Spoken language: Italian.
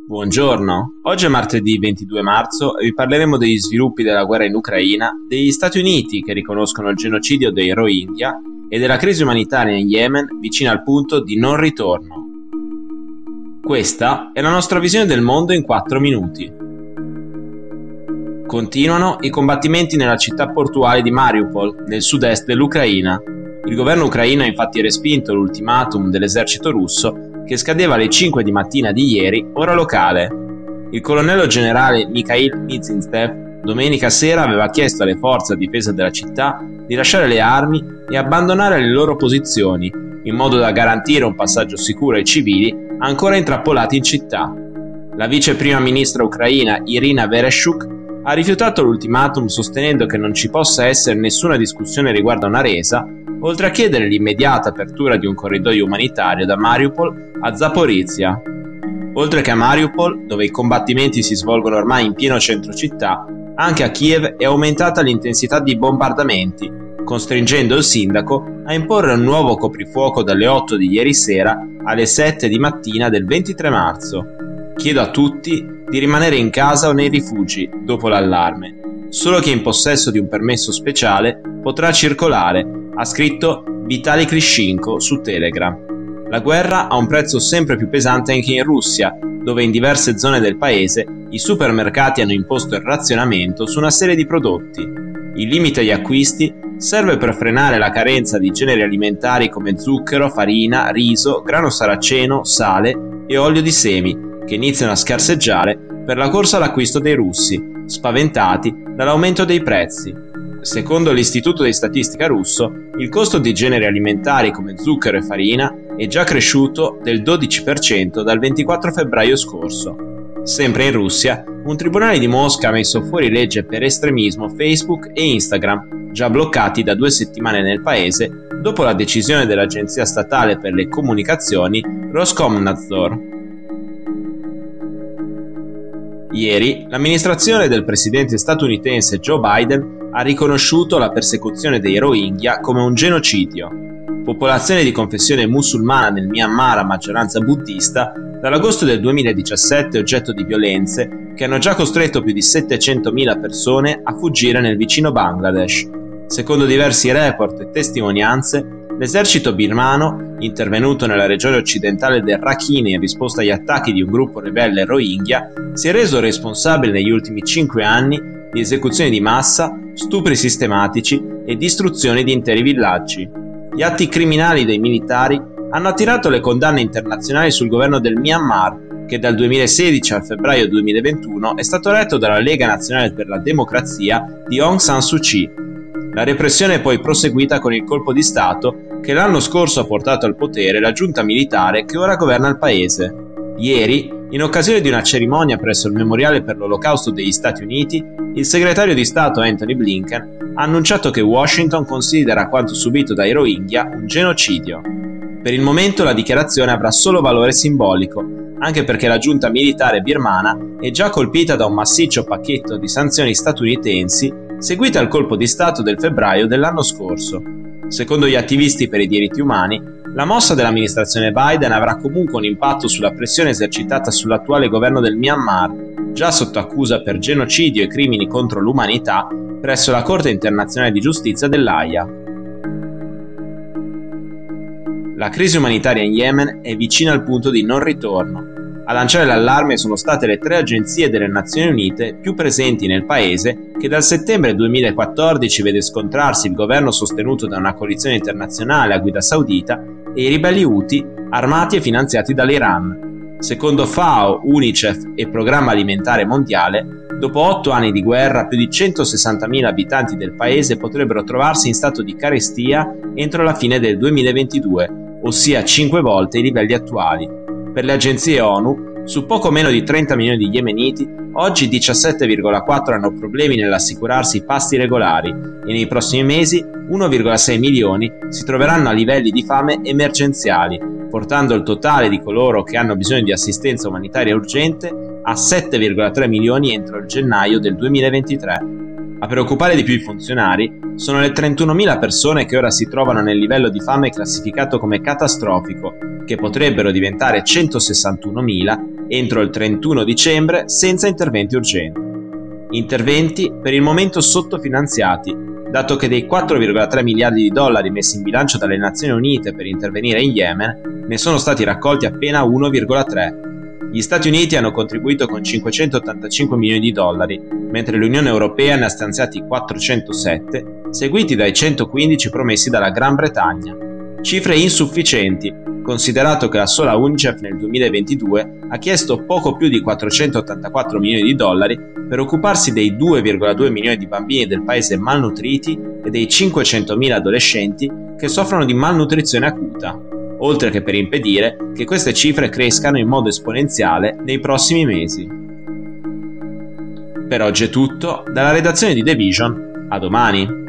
Buongiorno, oggi è martedì 22 marzo e vi parleremo degli sviluppi della guerra in Ucraina, degli Stati Uniti che riconoscono il genocidio dei Rohingya e della crisi umanitaria in Yemen vicina al punto di non ritorno. Questa è la nostra visione del mondo in 4 minuti. Continuano i combattimenti nella città portuale di Mariupol, nel sud-est dell'Ucraina. Il governo ucraino ha infatti respinto l'ultimatum dell'esercito russo che scadeva alle 5 di mattina di ieri, ora locale. Il colonnello generale Mikhail Mizintsev domenica sera aveva chiesto alle forze a difesa della città di lasciare le armi e abbandonare le loro posizioni, in modo da garantire un passaggio sicuro ai civili ancora intrappolati in città. La vice prima ministra ucraina Irina Vereshchuk ha rifiutato l'ultimatum sostenendo che non ci possa essere nessuna discussione riguardo a una resa, oltre a chiedere l'immediata apertura di un corridoio umanitario da Mariupol a Zaporizhzhia. Oltre che a Mariupol, dove i combattimenti si svolgono ormai in pieno centro città, anche a Kiev è aumentata l'intensità di bombardamenti, costringendo il sindaco a imporre un nuovo coprifuoco dalle 8 di ieri sera alle 7 di mattina del 23 marzo. Chiedo a tutti di rimanere in casa o nei rifugi dopo l'allarme. Solo chi è in possesso di un permesso speciale potrà circolare, ha scritto Vitali Klitschko su Telegram. La guerra ha un prezzo sempre più pesante anche in Russia, dove in diverse zone del paese i supermercati hanno imposto il razionamento su una serie di prodotti. Il limite agli acquisti serve per frenare la carenza di generi alimentari come zucchero, farina, riso, grano saraceno, sale e olio di semi, che iniziano a scarseggiare per la corsa all'acquisto dei russi, spaventati dall'aumento dei prezzi. Secondo l'Istituto di Statistica russo, il costo di generi alimentari come zucchero e farina è già cresciuto del 12% dal 24 febbraio scorso. Sempre in Russia, un tribunale di Mosca ha messo fuori legge per estremismo Facebook e Instagram, già bloccati da 2 settimane nel paese, dopo la decisione dell'agenzia statale per le comunicazioni Roskomnadzor. Ieri, l'amministrazione del presidente statunitense Joe Biden ha riconosciuto la persecuzione dei Rohingya come un genocidio. Popolazione di confessione musulmana nel Myanmar a maggioranza buddista, dall'agosto del 2017 oggetto di violenze che hanno già costretto più di 700.000 persone a fuggire nel vicino Bangladesh. Secondo diversi report e testimonianze, l'esercito birmano, intervenuto nella regione occidentale del Rakhine in risposta agli attacchi di un gruppo ribelle Rohingya, si è reso responsabile negli ultimi 5 anni di esecuzioni di massa, stupri sistematici e distruzioni di interi villaggi. Gli atti criminali dei militari hanno attirato le condanne internazionali sul governo del Myanmar, che dal 2016 al febbraio 2021 è stato eletto dalla Lega Nazionale per la Democrazia di Aung San Suu Kyi. La repressione è poi proseguita con il colpo di Stato che l'anno scorso ha portato al potere la giunta militare che ora governa il paese. Ieri, in occasione di una cerimonia presso il Memoriale per l'Olocausto degli Stati Uniti, il segretario di Stato Antony Blinken ha annunciato che Washington considera quanto subito dai Rohingya un genocidio. Per il momento la dichiarazione avrà solo valore simbolico, anche perché la giunta militare birmana è già colpita da un massiccio pacchetto di sanzioni statunitensi seguite al colpo di Stato del febbraio dell'anno scorso. Secondo gli attivisti per i diritti umani, la mossa dell'amministrazione Biden avrà comunque un impatto sulla pressione esercitata sull'attuale governo del Myanmar, già sotto accusa per genocidio e crimini contro l'umanità presso la Corte internazionale di giustizia dell'Aia. La crisi umanitaria in Yemen è vicina al punto di non ritorno. A lanciare l'allarme sono state le 3 agenzie delle Nazioni Unite più presenti nel paese che dal settembre 2014 vede scontrarsi il governo sostenuto da una coalizione internazionale a guida saudita e i ribelli Houthi armati e finanziati dall'Iran. Secondo FAO, UNICEF e Programma Alimentare Mondiale, dopo 8 anni di guerra più di 160.000 abitanti del paese potrebbero trovarsi in stato di carestia entro la fine del 2022, ossia 5 volte i livelli attuali. Per le agenzie ONU, su poco meno di 30 milioni di yemeniti, oggi 17,4 hanno problemi nell'assicurarsi pasti regolari e nei prossimi mesi 1,6 milioni si troveranno a livelli di fame emergenziali, portando il totale di coloro che hanno bisogno di assistenza umanitaria urgente a 7,3 milioni entro il gennaio del 2023. A preoccupare di più i funzionari sono le 31.000 persone che ora si trovano nel livello di fame classificato come catastrofico, che potrebbero diventare 161.000 entro il 31 dicembre senza interventi urgenti. Interventi per il momento sottofinanziati, dato che dei 4,3 miliardi di dollari messi in bilancio dalle Nazioni Unite per intervenire in Yemen, ne sono stati raccolti appena 1,3. Gli Stati Uniti hanno contribuito con 585 milioni di dollari, mentre l'Unione Europea ne ha stanziati 407, seguiti dai 115 promessi dalla Gran Bretagna. Cifre insufficienti, considerato che la sola UNICEF nel 2022 ha chiesto poco più di 484 milioni di dollari per occuparsi dei 2,2 milioni di bambini del paese malnutriti e dei 500.000 adolescenti che soffrono di malnutrizione acuta, oltre che per impedire che queste cifre crescano in modo esponenziale nei prossimi mesi. Per oggi è tutto, dalla redazione di The Vision, a domani!